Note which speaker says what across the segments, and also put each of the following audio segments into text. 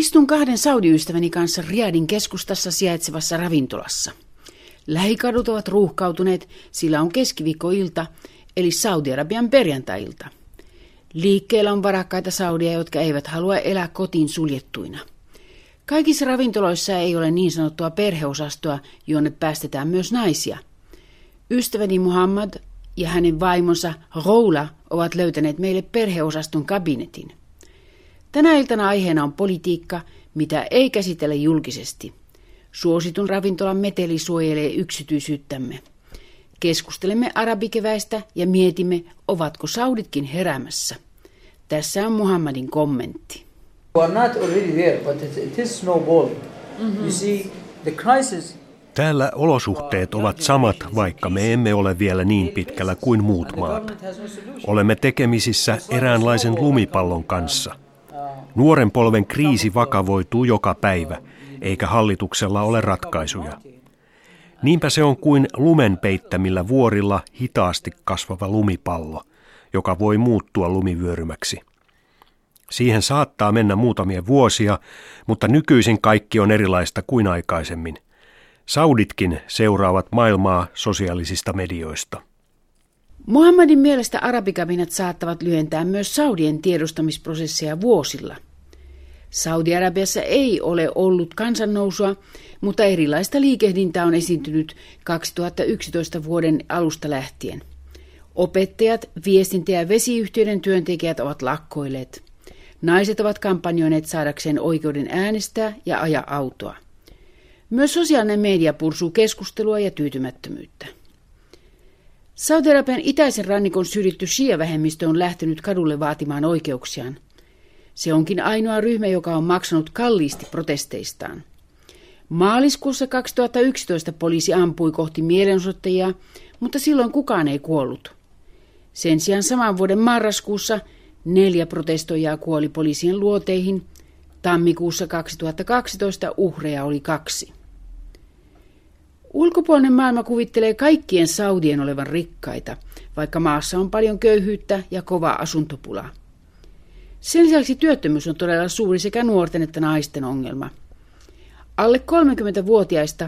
Speaker 1: Istun kahden saudiystäväni kanssa Riyadhin keskustassa sijaitsevassa ravintolassa. Lähikadut ovat ruuhkautuneet, sillä on keskiviikkoilta, eli Saudi-Arabian perjantai-ilta. Liikkeellä on varakkaita saudia, jotka eivät halua elää kotiin suljettuina. Kaikissa ravintoloissa ei ole niin sanottua perheosastoa, jonne päästetään myös naisia. Ystäväni Muhammad ja hänen vaimonsa Roula ovat löytäneet meille perheosaston kabinetin. Tänä iltana aiheena on politiikka, mitä ei käsitellä julkisesti. Suositun ravintolan meteli suojelee yksityisyyttämme. Keskustelemme arabikeväistä ja mietimme, ovatko sauditkin heräämässä. Tässä on Muhammadin kommentti.
Speaker 2: Täällä olosuhteet ovat samat, vaikka me emme ole vielä niin pitkällä kuin muut maat. Olemme tekemisissä eräänlaisen lumipallon kanssa. Nuoren polven kriisi vakavoituu joka päivä, eikä hallituksella ole ratkaisuja. Niinpä se on kuin lumen peittämillä vuorilla hitaasti kasvava lumipallo, joka voi muuttua lumivyörymäksi. Siihen saattaa mennä muutamia vuosia, mutta nykyisin kaikki on erilaista kuin aikaisemmin. Sauditkin seuraavat maailmaa sosiaalisista medioista.
Speaker 1: Muhammadin mielestä arabikabinat saattavat lyhentää myös saudien tiedostamisprosesseja vuosilla. Saudi-Arabiassa ei ole ollut kansannousua, mutta erilaista liikehdintää on esiintynyt 2011 vuoden alusta lähtien. Opettajat, viestintä- ja vesiyhtiöiden työntekijät ovat lakkoilleet. Naiset ovat kampanjoineet saadakseen oikeuden äänestää ja ajaa autoa. Myös sosiaalinen media pursuu keskustelua ja tyytymättömyyttä. Saudi-Arabian itäisen rannikon syrjitty shia-vähemmistö on lähtenyt kadulle vaatimaan oikeuksiaan. Se onkin ainoa ryhmä, joka on maksanut kalliisti protesteistaan. Maaliskuussa 2011 poliisi ampui kohti mielenosoittajia, mutta silloin kukaan ei kuollut. Sen sijaan saman vuoden marraskuussa 4 protestoijaa kuoli poliisien luoteihin. Tammikuussa 2012 uhreja oli 2. Ulkopuolinen maailma kuvittelee kaikkien saudien olevan rikkaita, vaikka maassa on paljon köyhyyttä ja kova asuntopula. Sen lisäksi työttömyys on todella suuri sekä nuorten että naisten ongelma. Alle 30-vuotiaista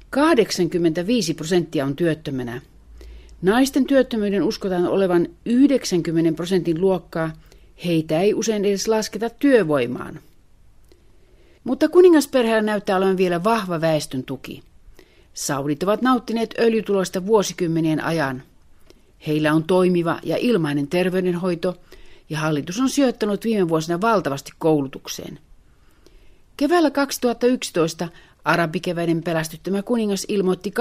Speaker 1: 85% on työttömänä. Naisten työttömyyden uskotaan olevan 90% luokkaa, heitä ei usein edes lasketa työvoimaan. Mutta kuningasperheellä näyttää olevan vielä vahva väestön tuki. Saudit ovat nauttineet öljytuloista vuosikymmenien ajan. Heillä on toimiva ja ilmainen terveydenhoito, ja hallitus on sijoittanut viime vuosina valtavasti koulutukseen. Keväällä 2011 arabikeväiden pelästyttämä kuningas ilmoitti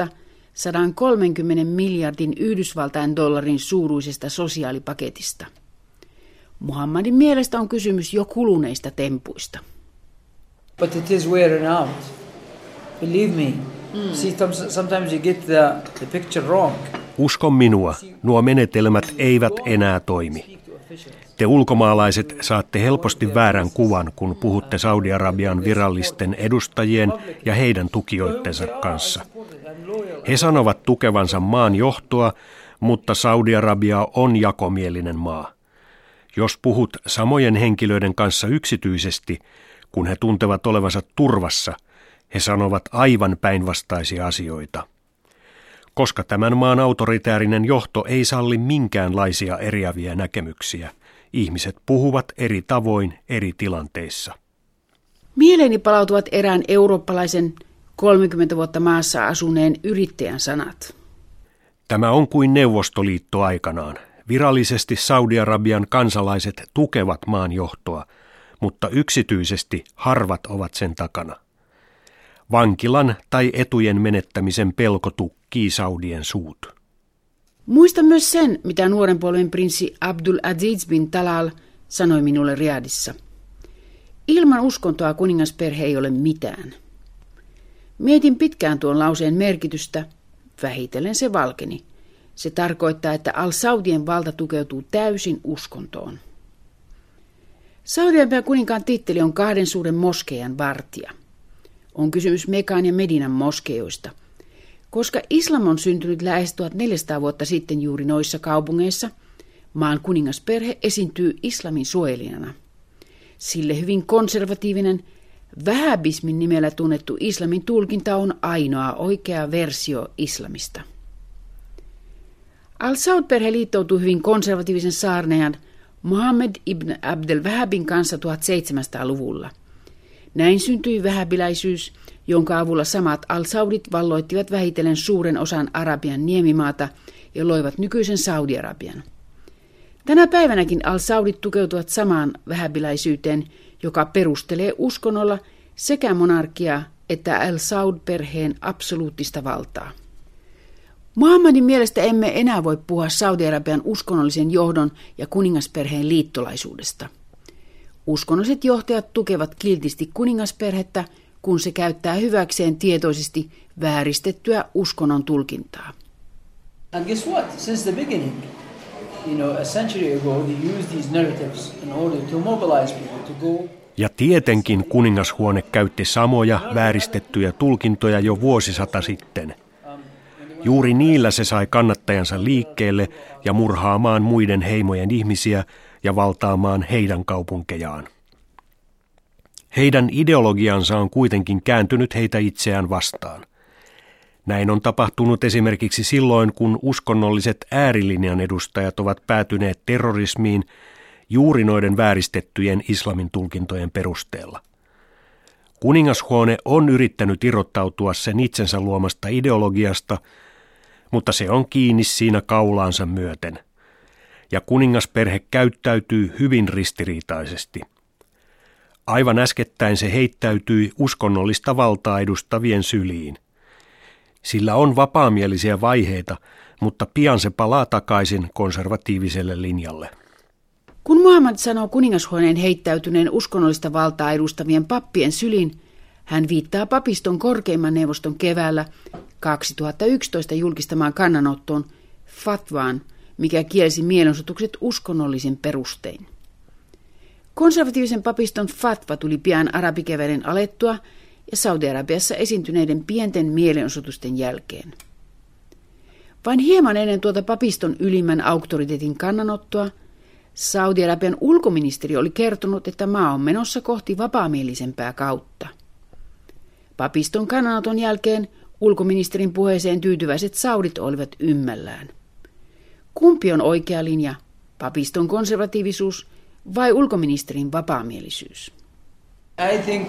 Speaker 1: 230 miljardin Yhdysvaltain dollarin suuruisesta sosiaalipaketista. Muhammadin mielestä on kysymys jo kuluneista tempuista.
Speaker 3: But it is wearing out. Believe me. See, sometimes you get the picture wrong.
Speaker 2: Usko minua, nuo menetelmät eivät enää toimi. Te ulkomaalaiset saatte helposti väärän kuvan, kun puhutte Saudi-Arabian virallisten edustajien ja heidän tukijoittensa kanssa. He sanovat tukevansa maan johtoa, mutta Saudi-Arabia on jakomielinen maa. Jos puhut samojen henkilöiden kanssa yksityisesti, kun he tuntevat olevansa turvassa, he sanovat aivan päinvastaisia asioita. Koska tämän maan autoritäärinen johto ei salli minkäänlaisia eriäviä näkemyksiä, ihmiset puhuvat eri tavoin eri tilanteissa.
Speaker 1: Mieleeni palautuvat erään eurooppalaisen 30 vuotta maassa asuneen yrittäjän sanat.
Speaker 2: Tämä on kuin Neuvostoliitto aikanaan. Virallisesti Saudi-Arabian kansalaiset tukevat maan johtoa, mutta yksityisesti harvat ovat sen takana. Vankilan tai etujen menettämisen pelko tukkii saudien suut.
Speaker 1: Muista myös sen, mitä nuoren polven prinssi Abdul Aziz bin Talal sanoi minulle Riyadhissa. Ilman uskontoa kuningasperhe ei ole mitään. Mietin pitkään tuon lauseen merkitystä, vähitellen se valkeni. Se tarkoittaa, että al-Saudien valta tukeutuu täysin uskontoon. Saudi-Arabian kuninkaan titteli on 2 suuren moskeijan vartija. On kysymys Mekan ja Medinan moskeijoista. Koska islam on syntynyt lähes 1400 vuotta sitten juuri noissa kaupungeissa, maan kuningasperhe esiintyy islamin suojelijana. Sille hyvin konservatiivinen, vähäbismin nimellä tunnettu islamin tulkinta on ainoa oikea versio islamista. Al-Saud-perhe liittoutui hyvin konservatiivisen saarnaajan Mohammed ibn Abdel Wahhabin kanssa 1700-luvulla. Näin syntyi vähäbiläisyys, jonka avulla samat al-Saudit valloittivat vähitellen suuren osan Arabian niemimaata ja loivat nykyisen Saudi-Arabian. Tänä päivänäkin al-Saudit tukeutuvat samaan vähäbiläisyyteen, joka perustelee uskonnolla sekä monarkiaa että al-Saud-perheen absoluuttista valtaa. Muhammadin mielestä emme enää voi puhua Saudi-Arabian uskonnollisen johdon ja kuningasperheen liittolaisuudesta. Uskonnolliset johtajat tukevat kiltisti kuningasperhettä, kun se käyttää hyväkseen tietoisesti vääristettyä uskonnon tulkintaa.
Speaker 3: And guess what? Since the beginning, a century ago, they used these narratives in order to mobilize people to go.
Speaker 2: Ja tietenkin kuningashuone käytti samoja vääristettyjä tulkintoja jo vuosisata sitten. Juuri niillä se sai kannattajansa liikkeelle ja murhaamaan muiden heimojen ihmisiä ja valtaamaan heidän kaupunkejaan. Heidän ideologiansa on kuitenkin kääntynyt heitä itseään vastaan. Näin on tapahtunut esimerkiksi silloin, kun uskonnolliset äärilinjan edustajat ovat päätyneet terrorismiin juuri noiden vääristettyjen islamin tulkintojen perusteella. Kuningashuone on yrittänyt irrottautua sen itsensä luomasta ideologiasta, mutta se on kiinni siinä kaulaansa myöten. Ja kuningasperhe käyttäytyy hyvin ristiriitaisesti. Aivan äskettäin se heittäytyi uskonnollista valtaa edustavien syliin. Sillä on vapaamielisiä vaiheita, mutta pian se palaa takaisin konservatiiviselle linjalle.
Speaker 1: Kun Muhammad sanoo kuningashuoneen heittäytyneen uskonnollista valtaa edustavien pappien syliin, hän viittaa papiston korkeimman neuvoston keväällä 2011 julkistamaan kannanottoon fatvaan, mikä kielsi mielenosoitukset uskonnollisin perustein. Konservatiivisen papiston fatva tuli pian arabikevääden alettua ja Saudi-Arabiassa esiintyneiden pienten mielenosoitusten jälkeen. Vain hieman ennen tuota papiston ylimmän auktoriteetin kannanottoa Saudi-Arabian ulkoministeri oli kertonut, että maa on menossa kohti vapaamielisempää kautta. Papiston kannanoton jälkeen ulkoministerin puheeseen tyytyväiset saudit olivat ymmällään. Kumpi on oikea linja, papiston konservatiivisuus vai ulkoministerin vapaamielisyys?
Speaker 3: I think,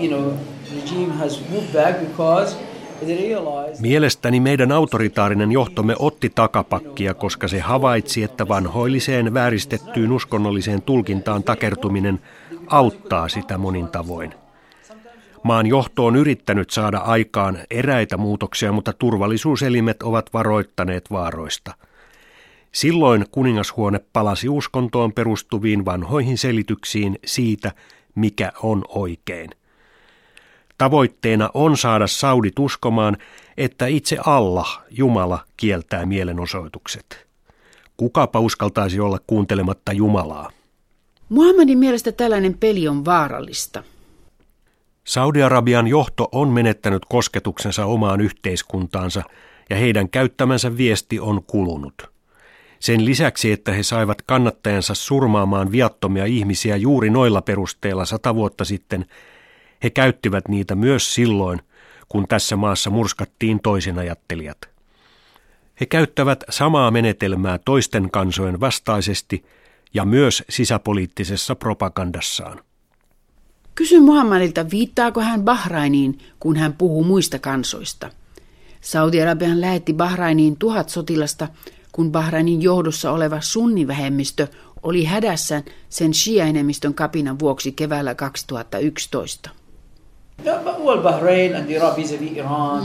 Speaker 3: regime has moved back because they realized.
Speaker 2: Mielestäni meidän autoritaarinen johtomme otti takapakkia, koska se havaitsi, että vanhoilliseen vääristettyyn uskonnolliseen tulkintaan takertuminen auttaa sitä monin tavoin. Maan johto on yrittänyt saada aikaan eräitä muutoksia, mutta turvallisuuselimet ovat varoittaneet vaaroista. Silloin kuningashuone palasi uskontoon perustuviin vanhoihin selityksiin siitä, mikä on oikein. Tavoitteena on saada saudit uskomaan, että itse Allah, Jumala, kieltää mielenosoitukset. Kukapa uskaltaisi olla kuuntelematta Jumalaa?
Speaker 1: Muhammadin mielestä tällainen peli on vaarallista.
Speaker 2: Saudi-Arabian johto on menettänyt kosketuksensa omaan yhteiskuntaansa ja heidän käyttämänsä viesti on kulunut. Sen lisäksi, että he saivat kannattajansa surmaamaan viattomia ihmisiä juuri noilla perusteilla 100 vuotta sitten, he käyttivät niitä myös silloin, kun tässä maassa murskattiin toisinajattelijat. He käyttävät samaa menetelmää toisten kansojen vastaisesti ja myös sisäpoliittisessa propagandassaan.
Speaker 1: Kysyn Muhammadilta, viittaako hän Bahrainiin, kun hän puhuu muista kansoista. Saudi-Arabian lähetti Bahrainiin 1000 sotilasta, kun Bahrainin johdossa oleva sunnivähemmistö oli hädässä sen shia-enemmistön kapinan vuoksi keväällä 2011.
Speaker 3: Yeah, but well, Bahrain and Iraq vis-a-vis Iran.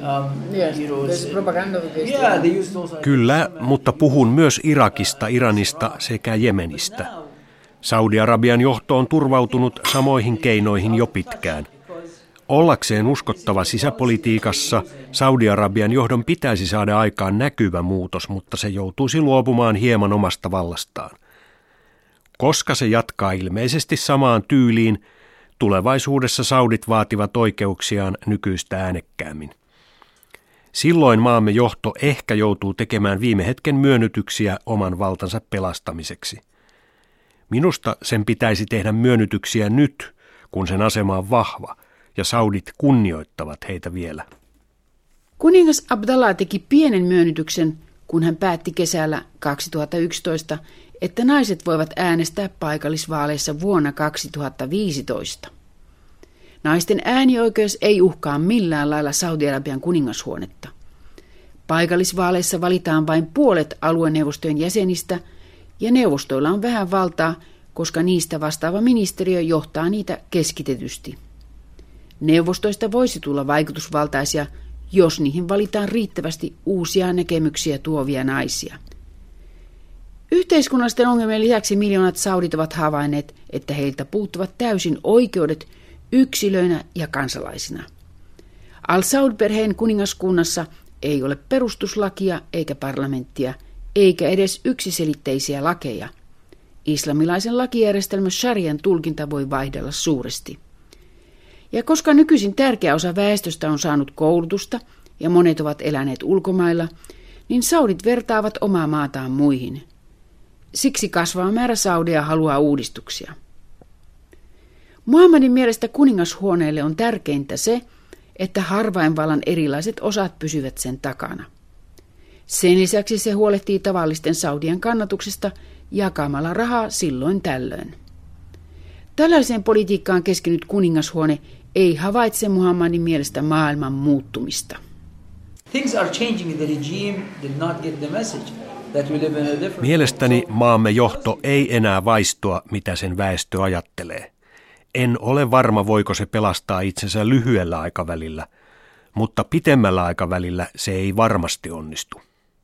Speaker 2: Kyllä, mutta puhun myös Irakista, Iranista sekä Jemenistä. Saudi-Arabian johto on turvautunut samoihin keinoihin jo pitkään. Ollakseen uskottava sisäpolitiikassa, Saudi-Arabian johdon pitäisi saada aikaan näkyvä muutos, mutta se joutuisi luopumaan hieman omasta vallastaan. Koska se jatkaa ilmeisesti samaan tyyliin, tulevaisuudessa saudit vaativat oikeuksiaan nykyistä äänekkäämmin. Silloin maamme johto ehkä joutuu tekemään viime hetken myönnytyksiä oman valtansa pelastamiseksi. Minusta sen pitäisi tehdä myönnytyksiä nyt, kun sen asema on vahva, ja saudit kunnioittavat heitä vielä.
Speaker 1: Kuningas Abdallah teki pienen myönnytyksen, kun hän päätti kesällä 2011, että naiset voivat äänestää paikallisvaaleissa vuonna 2015. Naisten äänioikeus ei uhkaa millään lailla Saudi-Arabian kuningashuonetta. Paikallisvaaleissa valitaan vain puolet alueneuvostojen jäsenistä, ja neuvostoilla on vähän valtaa, koska niistä vastaava ministeriö johtaa niitä keskitetysti. Neuvostoista voisi tulla vaikutusvaltaisia, jos niihin valitaan riittävästi uusia näkemyksiä tuovia naisia. Yhteiskunnallisten ongelmien lisäksi miljoonat saudit ovat havainneet, että heiltä puuttuvat täysin oikeudet yksilöinä ja kansalaisina. Al-Saud-perheen kuningaskunnassa ei ole perustuslakia eikä parlamenttia, eikä edes yksiselitteisiä lakeja. Islamilaisen lakijärjestelmän sharian tulkinta voi vaihdella suuresti. Ja koska nykyisin tärkeä osa väestöstä on saanut koulutusta ja monet ovat eläneet ulkomailla, niin saudit vertaavat omaa maataan muihin. Siksi kasvava määrä saudeja haluaa uudistuksia. Muhammadin mielestä kuningashuoneelle on tärkeintä se, että harvainvallan erilaiset osat pysyvät sen takana. Sen lisäksi se huolehtii tavallisten saudien kannatuksesta jakamalla rahaa silloin tällöin. Tällaiseen politiikkaan keskinyt kuningashuone ei havaitse Muhammadin mielestä maailman muuttumista.
Speaker 2: Mielestäni maamme johto ei enää vaistoa, mitä sen väestö ajattelee. En ole varma, voiko se pelastaa itsensä lyhyellä aikavälillä, mutta pitemmällä aikavälillä se ei varmasti onnistu.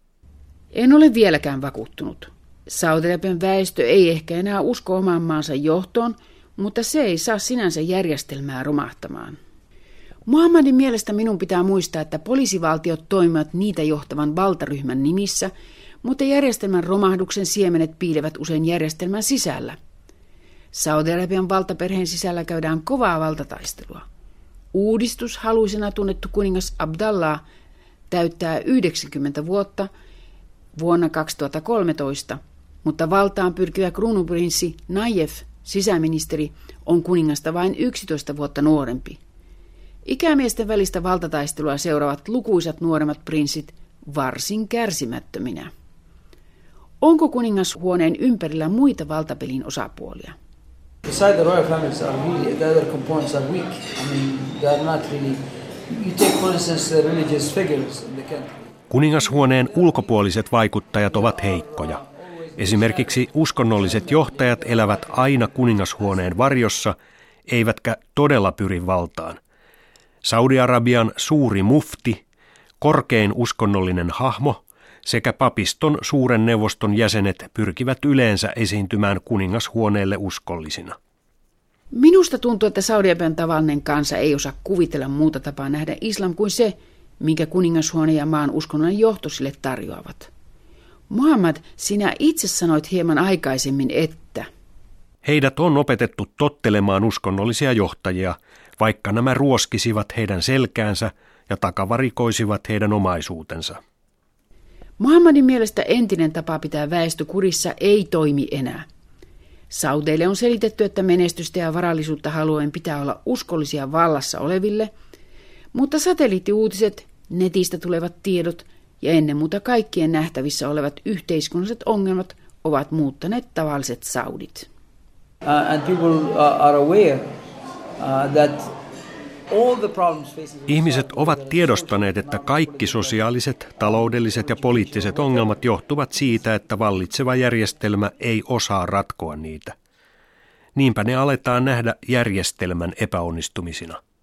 Speaker 1: En ole vieläkään vakuuttunut. Saudi-Arabian väestö ei ehkä enää usko oman maansa johtoon, mutta se ei saa sinänsä järjestelmää romahtamaan. Muhammadin mielestä minun pitää muistaa, että poliisivaltiot toimivat niitä johtavan valtaryhmän nimissä, mutta järjestelmän romahduksen siemenet piilevät usein järjestelmän sisällä. Saudi-Arabian valtaperheen sisällä käydään kovaa valtataistelua. Uudistushaluisena tunnettu kuningas Abdallah täyttää 90 vuotta vuonna 2013, mutta valtaan pyrkivä kruununprinssi Nayef, sisäministeri, on kuningasta vain 11 vuotta nuorempi. Ikämiesten välistä valtataistelua seuraavat lukuisat nuoremmat prinssit varsin kärsimättöminä. Onko kuningashuoneen ympärillä muita valtapelin osapuolia?
Speaker 3: Beside the royal families are really, the other components are weak. I mean, they are not really. You take, for instance, the religious figures in the country.
Speaker 2: Kuningashuoneen ulkopuoliset vaikuttajat ovat heikkoja. Esimerkiksi uskonnolliset johtajat elävät aina kuningashuoneen varjossa, eivätkä todella pyri valtaan. Saudi-Arabian suuri mufti, korkein uskonnollinen hahmo sekä papiston suuren neuvoston jäsenet pyrkivät yleensä esiintymään kuningashuoneelle uskollisina.
Speaker 1: Minusta tuntuu, että Saudi-Arabian tavallinen kansa ei osaa kuvitella muuta tapaa nähdä islam kuin se, minkä kuningashuone ja maan uskonnollinen johto sille tarjoavat. Muhammad, sinä itse sanoit hieman aikaisemmin, että
Speaker 2: heidät on opetettu tottelemaan uskonnollisia johtajia, vaikka nämä ruoskisivat heidän selkäänsä ja takavarikoisivat heidän omaisuutensa.
Speaker 1: Muhammadin mielestä entinen tapa pitää väestö kurissa ei toimi enää. Saudeille on selitetty, että menestystä ja varallisuutta haluaen pitää olla uskollisia vallassa oleville, mutta satelliittiuutiset, netistä tulevat tiedot ja ennen muuta kaikkien nähtävissä olevat yhteiskunnalliset ongelmat ovat muuttaneet tavalliset saudit.
Speaker 3: And people are aware that all the problems facing.
Speaker 2: Ihmiset ovat tiedostaneet, että kaikki sosiaaliset, taloudelliset ja poliittiset ongelmat johtuvat siitä, että vallitseva järjestelmä ei osaa ratkoa niitä. Niinpä ne aletaan nähdä järjestelmän epäonnistumisina.